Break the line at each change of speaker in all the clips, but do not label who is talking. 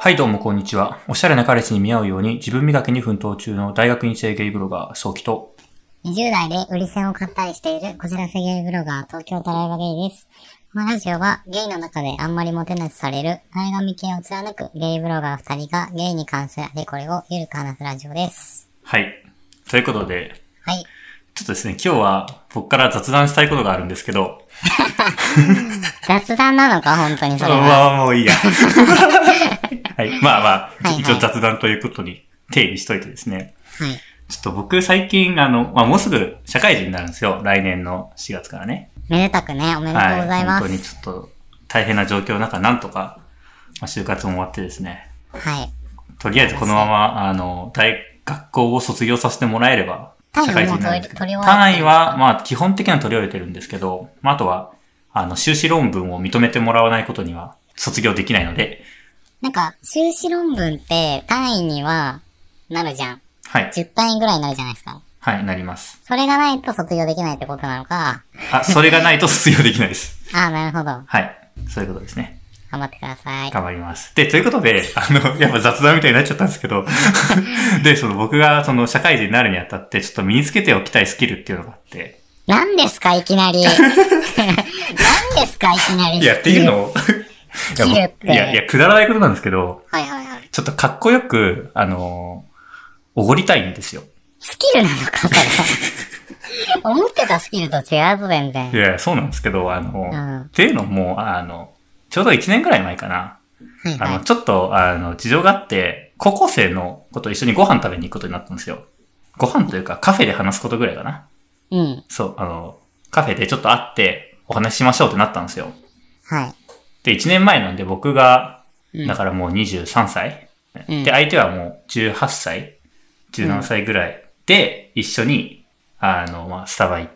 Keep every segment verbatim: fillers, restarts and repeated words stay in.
はいどうもこんにちは。おしゃれな彼氏に見合うように自分磨きに奮闘中の大学院生ゲイブロガー、早期と
にじゅう代で売り線を買ったりしているこちらせゲイブロガー、東京タライバゲイです。このラジオはゲイの中であんまりモテなしされる前髪系を貫くゲイブロガーふたりがゲイに関するあれこれをゆるく話すラジオです。
はい。ということで、
はい。
ちょっとですね、今日は僕から雑談したいことがあるんですけど。
雑談なのか本当にそれは。
まあもういいや。はい。まあまあ、
はいはい、
一応雑談ということに定義しといてですね。
はい。
ちょっと僕最近あの、まあもうすぐ社会人になるんですよ。来年のしがつからね。
めでたくね、おめでとうございます。
はい、本当にちょっと大変な状況の中、なんとか、まあ、就活も終わってですね。
はい。
とりあえずこのまま、あの、大学校を卒業させてもらえれば、社会人になるんですけど。単位は、まあ、基本的には取り終えてるんですけど、まあ、あとは、あの、修士論文を認めてもらわないことには、卒業できないので。
なんか、修士論文って単位にはなるじゃん。
はい。
じゅう単位ぐらいになるじゃないですか。
はい、なります。
それがないと卒業できないってことなのか。
あ、それがないと卒業できないです。
ああ、なるほど。
はい。そういうことですね。
頑張ってください。
頑張ります。で、ということで、あの、やっぱ雑談みたいになっちゃったんですけど、で、その僕がその社会人になるにあたって、ちょっと身につけておきたいスキルっていうのがあって。
何ですか、いきなり。何ですか、いきなり。
いや、っていうのを、
スキルって。
いや、いや、くだらないことなんですけど、
はいはいはい。
ちょっとかっこよく、あの、おごりたいんですよ。
スキルなのか、それ。思ってたスキルと違うぞ、全然。
いや、そうなんですけど、あの、
うん、
っていうのも、あの、ちょうどいちねんぐらい前かな。
はいはい、
あの、ちょっと、あの、事情があって、高校生の子と一緒にご飯食べに行くことになったんですよ。ご飯というか、カフェで話すことぐらいかな。
うん。
そう、あの、カフェでちょっと会って、お話ししましょうってなったんですよ。
はい。
で、いちねんまえなんで僕が、だからもうにじゅうさんさい。うん、で、相手はもうじゅうはっさい、じゅうななさいぐらいで、一緒に、あの、まあ、スタバ行って、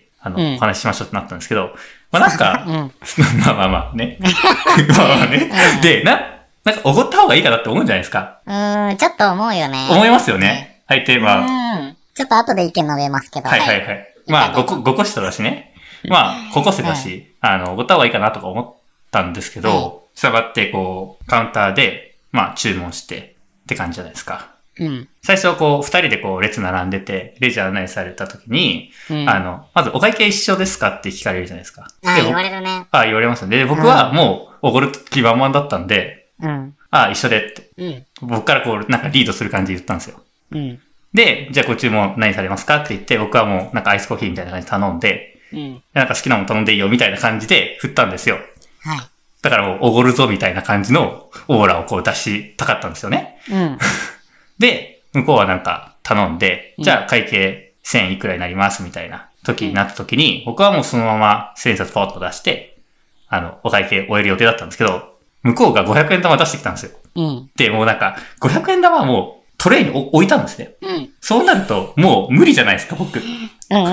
あの、うん、お話ししましょうってなったんですけど、まあ、なんか、うん、まあまあまあね。まあまあね。うん、で、な、なんか、おごった方がいいかなって思うんじゃないですか。
うーん、ちょっと思うよね。
思いますよね。相手は。
うん。ちょっと後で意見述べますけど。
はいはいはい。まあ、ごこ、ごこ下だしね。まあ、高校生だし、うん、あの、おごった方がいいかなとか思ったんですけど、したがって、こう、カウンターで、まあ、注文して、って感じじゃないですか。
うん。
最初こう、二人でこう、列並んでて、レジ案内された時に、うん、あの、まずお会計一緒ですかって聞かれるじゃないですか。
ああ、言われるね。
ああ、言われますね。で、僕はもう、おごる気満々だったんで、うん。ああ、一緒でって。うん。僕からこう、なんかリードする感じで言ったんですよ。うん。で、じゃあご注文何されますかって言って、僕はもう、なんかアイスコーヒーみたいな感じで頼んで、うん。なんか好きなもの頼んでいいよみたいな感じで振ったんですよ。
はい。
だからもう、おごるぞみたいな感じのオーラをこう出したかったんですよね。うん。で、向こうはなんか頼んで、じゃあ会計せんいくらになりますみたいな時になった時に、僕はもうそのまませんえん札ポッと出して、あの、お会計終える予定だったんですけど、向こうがごひゃくえん玉出してきたんですよ。うん。で、もうなんか、ごひゃくえん玉はもうトレイに置いたんですね。うん。そうなると、もう無理じゃないですか、僕。うん。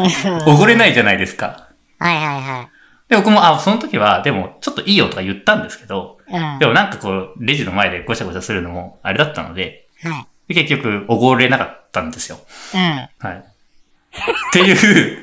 おごれないじゃないですか。
はいはいはい。
で、僕も、あ、その時は、でも、ちょっといいよとか言ったんですけど、うん。でもなんかこう、レジの前でごちゃごちゃするのも、あれだったので、はい。で結局、おごれなかったんですよ。うん。はい。っていう、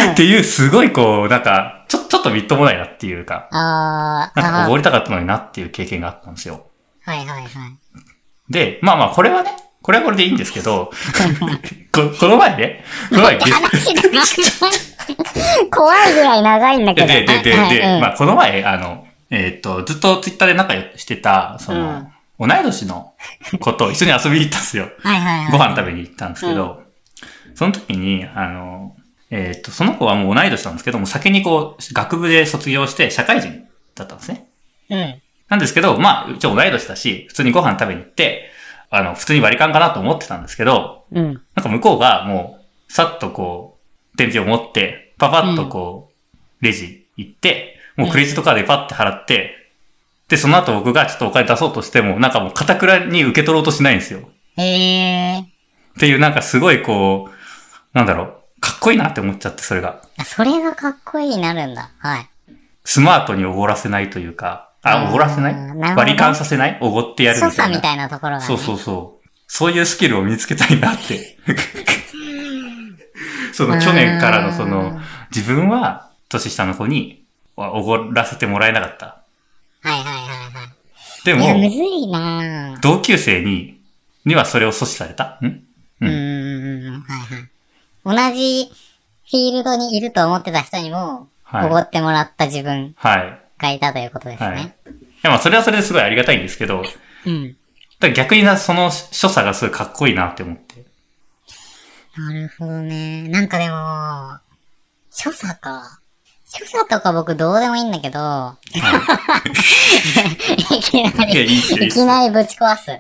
っていう、すごいこう、なんか、ちょ、ちょっとみっともないなっていうか、あなんかおごりたかったのになっていう経験があったんですよ。
はいはいはい。
で、まあまあ、これはね、これはこれでいいんですけど、こ, この前ね、この前、
話が怖いぐらい長いんだけど。
で、で、で、で、で、うん、まあ、この前、あの、えー、っと、ずっとツイッターで仲良くしてた、その、うん、同い年の子と一緒に遊びに行ったんですよ。
はいはいはい。
ご飯食べに行ったんですけど、うん、その時に、あの、えー、っと、その子はもう同い年なんですけども、先にこう、学部で卒業して社会人だったんですね。うん。なんですけど、まあ、一応同い年だし、普通にご飯食べに行って、あの、普通に割り勘かなと思ってたんですけど、うん。なんか向こうがもう、さっとこう、天秤を持って、パパッとこう、レジ行って、もうクレジットカードでパッて払って、で、その後僕がちょっとお金出そうとしても、なんかもう堅くらに受け取ろうとしないんですよ。
へー。
っていうなんかすごいこう、なんだろう、かっこいいなって思っちゃって、それが。
それがかっこいいになるんだ。はい。
スマートにおごらせないというか、あ、おごらせない割り勘させないおごってやるみたいな。
操作みたいなところが、ね。
そうそうそう。そういうスキルを身につけたいなって。その去年からのその、自分は年下の子におごらせてもらえなかった。
はいはいはいはい。
でも、
いや、むずいな
同級生に、にはそれを阻止された。ん
うん。うん、はいはい。同じフィールドにいると思ってた人にも、おご、はい、ってもらった自分がいたということですね。はい。い
や、まあ、それはそれですごいありがたいんですけど、うん。だから逆にな、その所作がすごいかっこいいなって思って。
なるほどね。なんかでも、所作か。所作とか僕どうでもいいんだけど、はい、いきなり、いやいいいいいきなりぶち壊す。はい。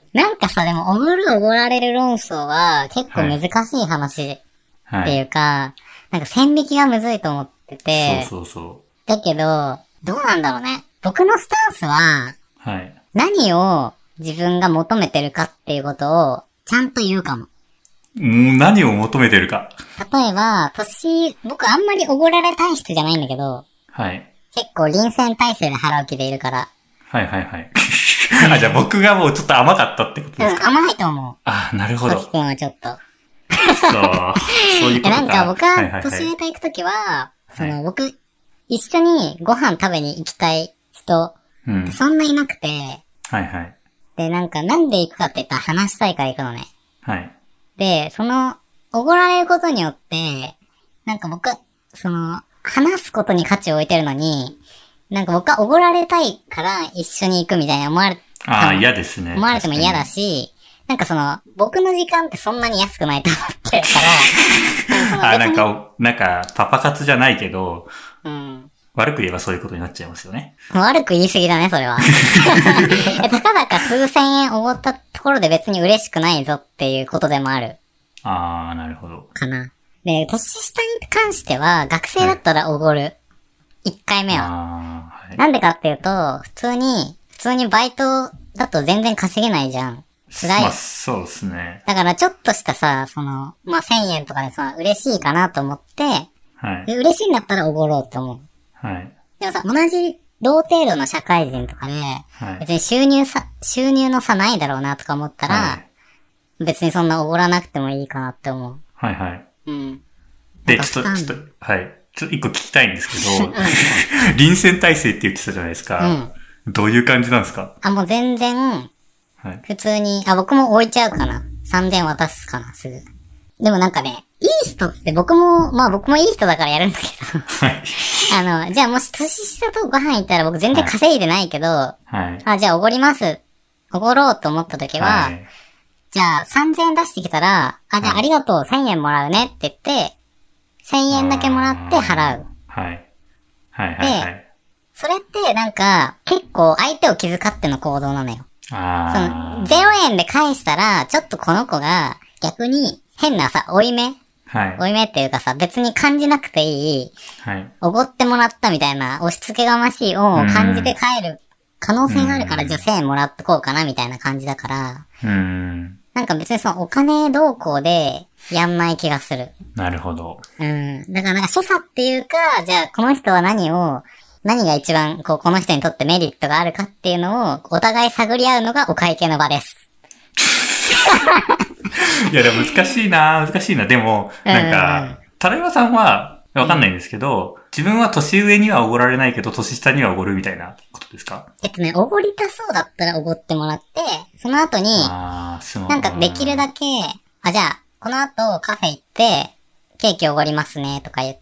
なんかさ、でも、おごるおごられる論争は結構難しい話っていうか、はい、なんか線引きがむずいと思ってて、
そうそうそう。
だけど、どうなんだろうね。僕のスタンスは、はい。何を自分が求めてるかっていうことをちゃんと言うかも。
うん、何を求めてるか。
例えば、年、僕あんまりおごられ体質じゃないんだけど、はい。結構臨戦態勢で払う気でいるから。
はいはいはい。あ、じゃあ僕がもうちょっと甘かったってことですか？
うん、甘いと思う。
あ、なるほど。
ソキ君はちょっと。
そう、そういうことか。
なんか僕は年上と行くときは、はいはいはい、その僕、一緒にご飯食べに行きたい人、うん、そんないなくて、はいはい。で、なんかなんで行くかって言ったら話したいから行くのね。はい。で、その、おごられることによって、なんか僕、その、話すことに価値を置いてるのに、なんか僕はおごられたいから一緒に行くみたいな思われて、
ああ、嫌ですね。
思われても嫌だし、なんかその、僕の時間ってそんなに安くないと思ってるから、
あ、なんか、なんか、パパ活じゃないけど、うん。悪く言えばそういうことになっちゃいますよね。
悪く言い過ぎだね、それは。たかだか数千円おごったところで別に嬉しくないぞっていうことでもある。
あー、なるほど。
かな。で、年下に関しては、学生だったらおごる。いっかいめは。はい、なんでかっていうと、普通に、普通にバイトだと全然稼げないじゃん。辛い。まあ、
そうですね。
だからちょっとしたさ、その、まあ、せんえんとかでさ、嬉しいかなと思って、はい。で嬉しいんだったらおごろうって思う。はい。でもさ、同じ同程度の社会人とかで、はい、別に収入さ、収入の差ないだろうなとか思ったら、はい、別にそんなおごらなくてもいいかなって思う。
はいはい。うん。で、ちょっと、ちょっと、はい。ちょっと一個聞きたいんですけど、臨戦態勢って言ってたじゃないですか。うん。どういう感じなんですか？
あ、もう全然、はい、普通に、あ、僕も置いちゃうかな。さんぜん渡すかな、すぐ。でもなんかね、いい人って僕も、まあ僕もいい人だからやるんだけど。はい。あの、じゃあもし年下とご飯行ったら僕全然稼いでないけど、はい。あ、じゃあおごります。おごろうと思った時は、はい、じゃあさんぜんえん出してきたら、あ、じゃあありがとう、せんえんもらうねって言って、せんえんだけもらって払う。はい。はいはいはい。で、それってなんか、結構相手を気遣っての行動なのよ。あその、ゼロえんで返したら、ちょっとこの子が逆に変なさ、負い目はい。負い目っていうかさ、別に感じなくていい。はい。おごってもらったみたいな、押し付けがましい恩を感じて帰る可能性があるから、じゃあせんえんもらっとこうかなみたいな感じだから、うん。なんか別にそのお金動向でやんない気がする。
なるほど。
うん。だからなんか所作っていうか、じゃあこの人は何を、何が一番こうこの人にとってメリットがあるかっていうのをお互い探り合うのがお会計の場です。
いやでも難しいな難しいな。でも、なんか、タライバさんはわかんないんですけど、うん、自分は年上にはおごられないけど、年下にはおごるみたいなことですか？
えっとね、おごりたそうだったらおごってもらって、その後に、あなんかできるだけ、あ、じゃあ、この後カフェ行って、ケーキおごりますねとか言って、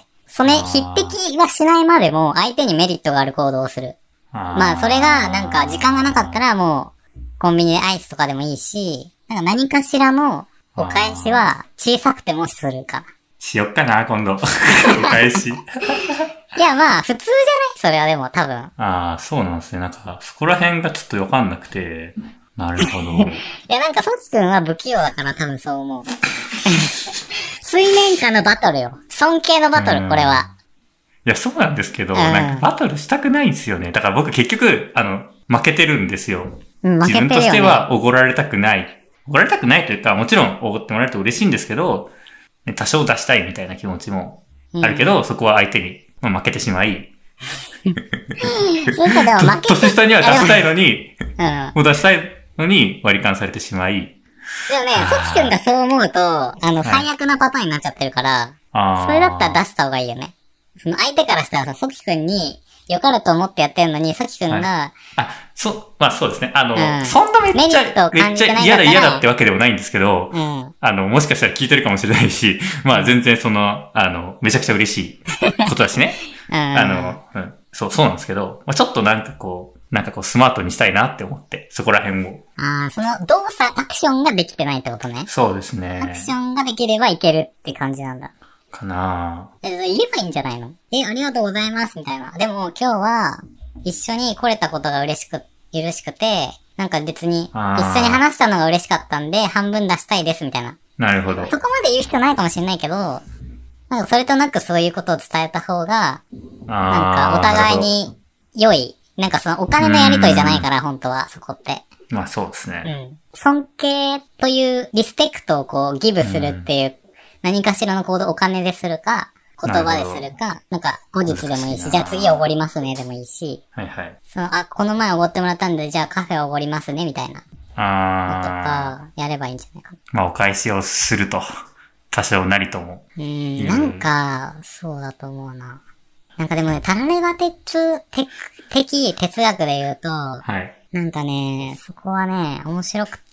それ、匹敵はしないまでも、相手にメリットがある行動をする。あまあ、それが、なんか、時間がなかったら、もう、コンビニでアイスとかでもいいし、なんか何かしらのお返しは、小さくてもするかな。
しよっかな、今度。お返し。い
や、まあ、普通じゃないそれはでも、多分。
ああ、そうなんですね。なんか、そこら辺がちょっとわかんなくて。なるほど。
いや、なんか、ソチ君は不器用だから多分そう思う。水面下のバトルよ。尊敬のバトル、これは。
いや、そうなんですけど、なんかバトルしたくないんですよね。だから僕結局、あの、負けてるんですよ。うん、負けてるよね。自分としてはおごられたくない。おごられたくないというか、もちろんおごってもらえると嬉しいんですけど、多少出したいみたいな気持ちもあるけど、うん、そこは相手に、まあ、負けてしまい。年下には出したいのに、うん、もう出したいのに割り勘されてしまい。
でもね、ソキ君がそう思うと、あの、最悪なパターンになっちゃってるから、はい、それだったら出した方がいいよね。その相手からしたらさ、ソキ君に、 良かると思ってやってるのに、さきくんが、はい、
あ、そう、まあそうですね。あの、うん、そんなめっちゃ、めっちゃ嫌だ嫌だってわけでもないんですけど、うん、あの、もしかしたら聞いてるかもしれないし、まあ全然その、あの、めちゃくちゃ嬉しいことだしね。うん、あの、うん、そう、そうなんですけど、まあ、ちょっとなんかこう、なんかこうスマートにしたいなって思って、そこら辺を。
ああ、その動作、アクションができてないってことね。
そうですね。
アクションができればいけるって感じなんだ。
かなぁ。
え、言えばいいんじゃないの？え、ありがとうございますみたいな。でも今日は一緒に来れたことが嬉しく、嬉しくて、なんか別に一緒に話したのが嬉しかったんで半分出したいですみたいな。
なるほど。
そこまで言う必要ないかもしれないけど、なんかそれとなくそういうことを伝えた方が、なんかお互いに良い。なんかそのお金のやりとりじゃないから、本当は、そこって。
まあそうですね。
うん。尊敬というリスペクトをこうギブするっていう、何かしらの行動をお金でするか、言葉でするか、なんか後日でもいいし、じゃあ次おごりますねでもいいし、
はいはい。
その、あ、この前おごってもらったんで、じゃあカフェおごりますねみたいな。ああ。とか、やればいいんじゃないかな。
まあお返しをすると、多少なりとも。
うん、なんか、そうだと思うな。なんかでもね、タラレバ哲、て、的哲学で言うと、はい。なんかね、そこはね、面白くって、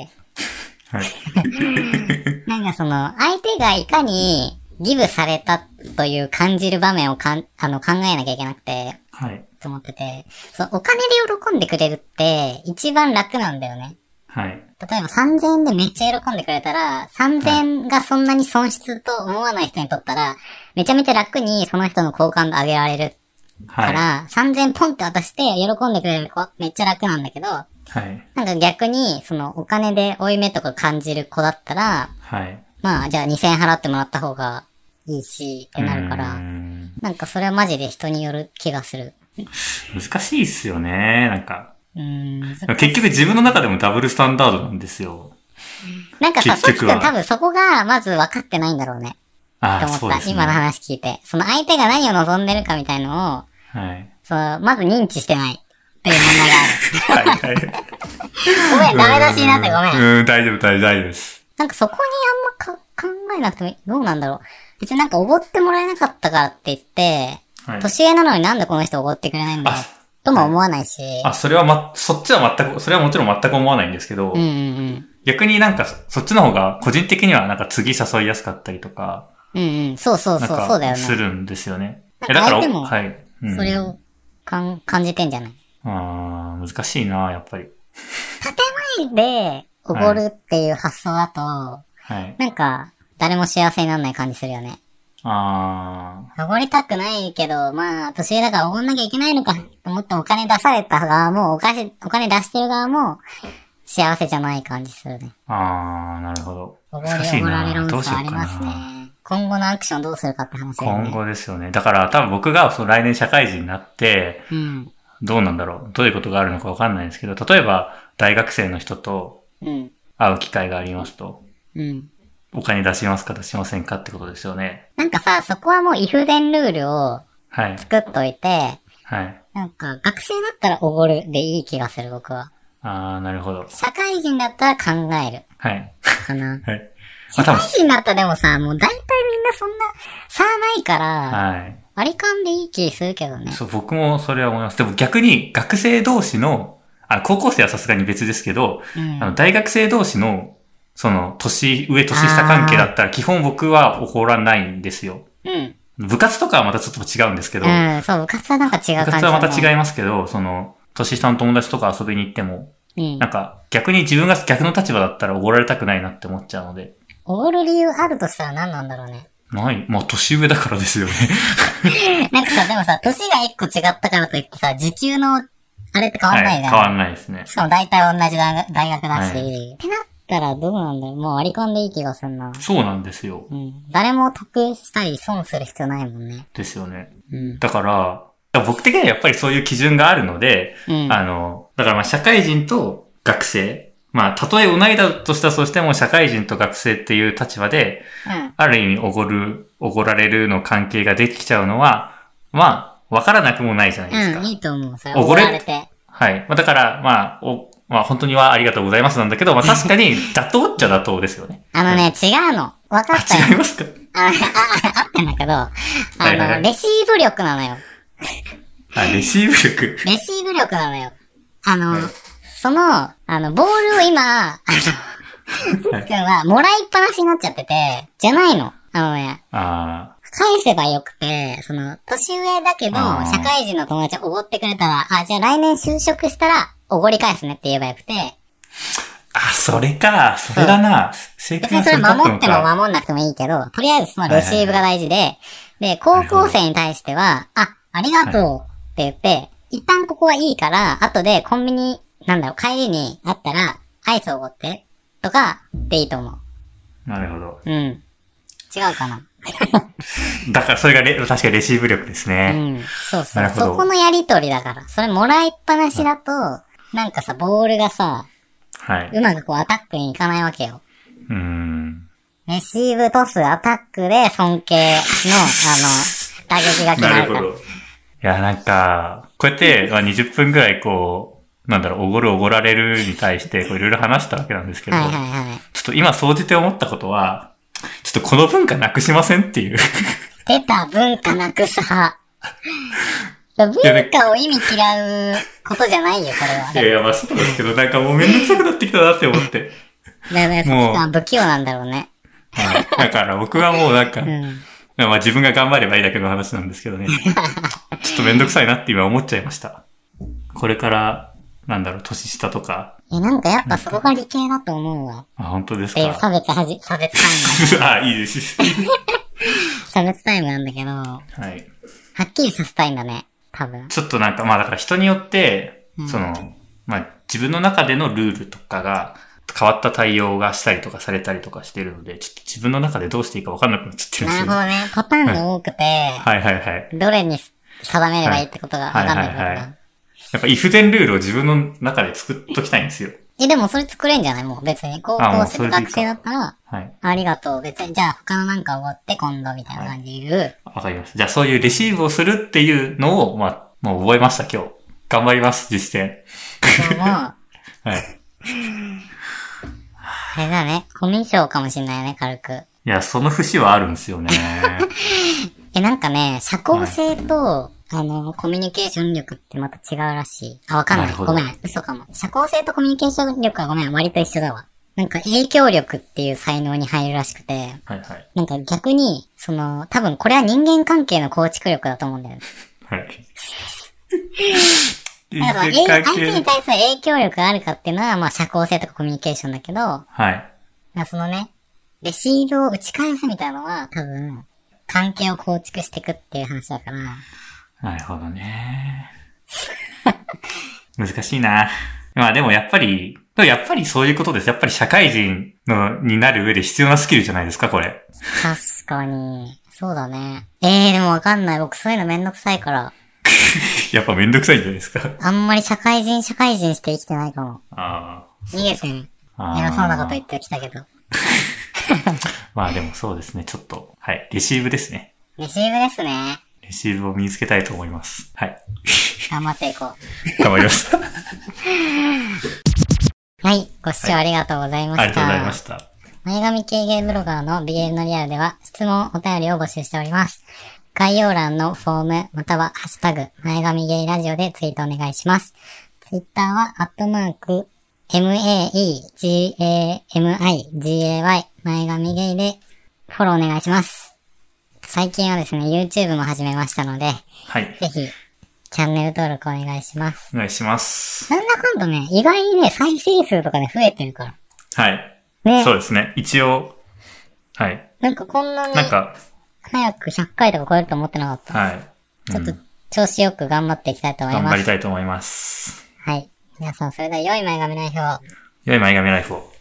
はい。なんかその、相手がいかにギブされたという感じる場面をかん、あの、考えなきゃいけなくて、はい。と思ってて、そのお金で喜んでくれるって一番楽なんだよね。はい。例えばさんぜんえんでめっちゃ喜んでくれたら、さんぜんえんがそんなに損失と思わない人にとったら、めちゃめちゃ楽にその人の好感度上げられる。から、はい、さんぜんえんポンって渡して喜んでくれる子めっちゃ楽なんだけど、はい。なんか逆に、そのお金で負い目とか感じる子だったら、はい。まあじゃあにせんえん払ってもらった方がいいしってなるから、んなんかそれはマジで人による気がする。
難しいっすよね、なんか。うーん結局自分の中でもダブルスタンダードなんですよ。
なんかさ、さっきから多分そこがまず分かってないんだろうね。ああ、そうですね。今の話聞いて。その相手が何を望んでるかみたいのを、はい。そう、まず認知してないっていう問題がある。はいはい。ごめん、ダメ出しになってごめん。
うん、大丈夫、大丈夫です。
なんかそこにあんまか考えなくてもどうなんだろう。別になんかおごってもらえなかったからって言って、はい、年上なのになんでこの人おごってくれないんだろうとも思わないし。
あ、それはま、そっちは全く、それはもちろん全く思わないんですけど、うんうんうん、逆になんかそっちの方が個人的にはなんか次誘いやすかったりとか、
うんうん、そうそうそう、そうだよね。
するんですよね。
だから相手も、はい。それをかん、感じてんじゃない？
ああ、難しいな、やっぱり。
建前でおごるっていう発想だと、はい、なんか、誰も幸せにならない感じするよね。ああ。おごりたくないけど、まあ、年上だからおごんなきゃいけないのかと思ってお金出された側も、お金、お金出してる側も、幸せじゃない感じするね。
ああ、なるほど。
おごりおごられ論争ありますね。今後のアクションどうするかって話だよね。
今後ですよね。だから多分僕がその来年社会人になって、うん、どうなんだろう。どういうことがあるのかわかんないんですけど、例えば大学生の人と会う機会がありますと、うん、お金出しますか出しませんかってことですよね。
なんかさ、そこはもうイフゼンルールを作っといて、はい。はい、なんか学生だったらおごるでいい気がする僕は。
ああ、なるほど。
社会人だったら考える。
はい。
かな。はい。社会人だったらでもさ、もう大体みんなそんな差ないから、はい。割り勘でいい気するけどね。
そう、僕もそれは思います。でも逆に学生同士の、あ、高校生はさすがに別ですけど、うん、あの大学生同士の、その、年上、年下関係だったら基本僕は怒らないんですよ。うん。部活とかはまたちょっと違うんですけど。
うん、そう、部活はなんか違う感じ、ね。
部活はまた違いますけど、その、年下の友達とか遊びに行っても、うん、なんか逆に自分が逆の立場だったらおごられたくないなって思っちゃうので。
おごる理由あるとしたら何なんだろうね。
ない。まあ年上だからですよね。
なんかさ、でもさ、年が一個違ったからといってさ、時給のあれって変わんないじゃん、
はい。変わんないですね。
しかも大体同じ大学だし、はい、ってなったらどうなんだろう。もう割り込んでいい気がするな。
そうなんですよ。
うん。誰も得したり損する必要ないもんね。
ですよね。うん。だから、僕的にはやっぱりそういう基準があるので、うん、あの、だからまあ社会人と学生、まあたとえ同いだとしたとしても社会人と学生っていう立場で、うん、ある意味おごる、おごられるの関係ができちゃうのは、まあ、わからなくもないじゃないですか。
うん、いいと思う。それおごられて。
はい。まあだから、まあ、お、まあ本当にはありがとうございますなんだけど、まあ確かに妥当っちゃ妥当ですよね。
あのね、違うの。わかったよ。
違いますか？
あ、あ、あってんだけど、あの、はいはいはい、レシーブ力なのよ。
あ、レシーブ力。
レシーブ力なのよ。あの、はい、その、あの、ボールを今、あの、ふっくんはもらいっぱなしになっちゃってて、じゃないの。あのね。
ああ。
返せばよくて、その、年上だけど、社会人の友達をおごってくれたら、あ、じゃあ来年就職したら、おごり返すねって言えばよくて。
あ、それか。それだな。
別にそれ守っても守んなくてもいいけど、とりあえずそのレシーブが大事で、はいはいはい、で、高校生に対しては、あ、ありがとうって言って、はい、一旦ここはいいから、後でコンビニ、なんだろう、帰りにあったら、アイスおごって、とか、でいいと思う。
なるほど。
うん。違うかな。
だからそれがレ確かにレシーブ力ですね。
うん。そうそう。なるほど。そこのやりとりだから。それもらいっぱなしだと、なんかさ、ボールがさ、はい。うまくこうアタックにいかないわけよ。
うーん。
レシーブトスアタックで尊敬の、あの、打撃が決まるから。なるほど。
いや、なんか、こうやって、まあ、にじゅっぷんぐらいこう、なんだろう、おごるおごられるに対して、こういろいろ話したわけなんですけど、はいはいはい。ちょっと今、総じて思ったことは、ちょっとこの文化なくしませんっていう。
出た、文化なくす派。文化を意味嫌うことじゃないよ、これは。
いやいや、まあそうですけど、なんかもうめんどくさくなってきたなって思って。
だからね、もう不器用なんだろうね。
はい。だから僕はもうなんか、うん、まあ自分が頑張ればいいだけの話なんですけどね。ちょっとめんどくさいなって今思っちゃいました。これから、なんだろう、年下とか。
いや、なんかやっぱそこが理系だと思うわ。
あ、本当ですか。
っていう差別はじ、差別タイム。
あ、いいです。
差別タイムなんだけど、
はい。
はっきりさせたいんだね、多分。
ちょっとなんか、まあだから人によって、うん、その、まあ自分の中でのルールとかが変わった対応がしたりとかされたりとかしてるので、ちょっと自分の中でどうしていいか分かんなくなっちゃってるんですよ。
なるほどね。パターンが多くて、
はいはいはい。
どれに定めればいいってことが分かんないから、はいはいはい。
やっぱ、イフゼンルールを自分の中で作っときたいんですよ。
え、でもそれ作れんじゃないもう別に。高校生、学生だったら、はい。ありがとう。別に、じゃあ他のなんかおごって今度みたいな感じで言う。
わ、はい、かりました。じゃあそういうレシーブをするっていうのを、まあ、もう覚えました今日。頑張ります、実践。
どうも。はい。あれだね。コミュ障かもしんないよね、軽く。い
や、その節はあるんですよね。
え、なんかね、社交性と、はい、あの、コミュニケーション力ってまた違うらしい。あ、わかんない。ごめん。嘘かも。社交性とコミュニケーション力はごめん。割と一緒だわ。なんか影響力っていう才能に入るらしくて。はいはい。なんか逆に、その、多分これは人間関係の構築力だと思うんだよね。はい。だから相手に対する影響力があるかっていうのは、まあ社交性とかコミュニケーションだけど。はい。そのね、レシーブを打ち返すみたいなのは多分、関係を構築していくっていう話だから。
なるほどね。難しいな。まあでもやっぱり、やっぱりそういうことです。やっぱり社会人のになる上で必要なスキルじゃないですか、これ。
確かに。そうだね。ええー、でもわかんない。僕そういうのめんどくさいから。
やっぱめんどくさいんじゃないですか。
あんまり社会人、社会人して生きてないかも。ああ。逃げてね。偉そうなこと言ってきたけど。
まあでもそうですね。ちょっと、はい。レシーブですね。
レシーブですね。
レシーブを身につけたいと思います。はい。
頑張っていこう。
頑張りました。
はい。ご視聴ありがとうございました。はい、ありがとうございました。前髪系ゲーブロガーの ビーエル のリアルでは質問、お便りを募集しております。概要欄のフォーム、またはハッシュタグ、前髪ゲイラジオでツイートお願いします。ツイッターは、アットマーク、メガマ、前髪ゲイでフォローお願いします。最近はですね、YouTube も始めましたので、はい。ぜひ、チャンネル登録お願いします。
お願いします。
なんだかんだね、意外にね、再生数とかね、増えてるから。
はい。ね。そうですね。一応、はい。
なんかこんなに、なんか、早くひゃっかいとか超えると思ってなかった。はい。うん、ちょっと、調子よく頑張っていきたいと思います。
頑張りたいと思います。
はい。皆さん、それでは良い前髪ライフを。
良い前髪ライフを。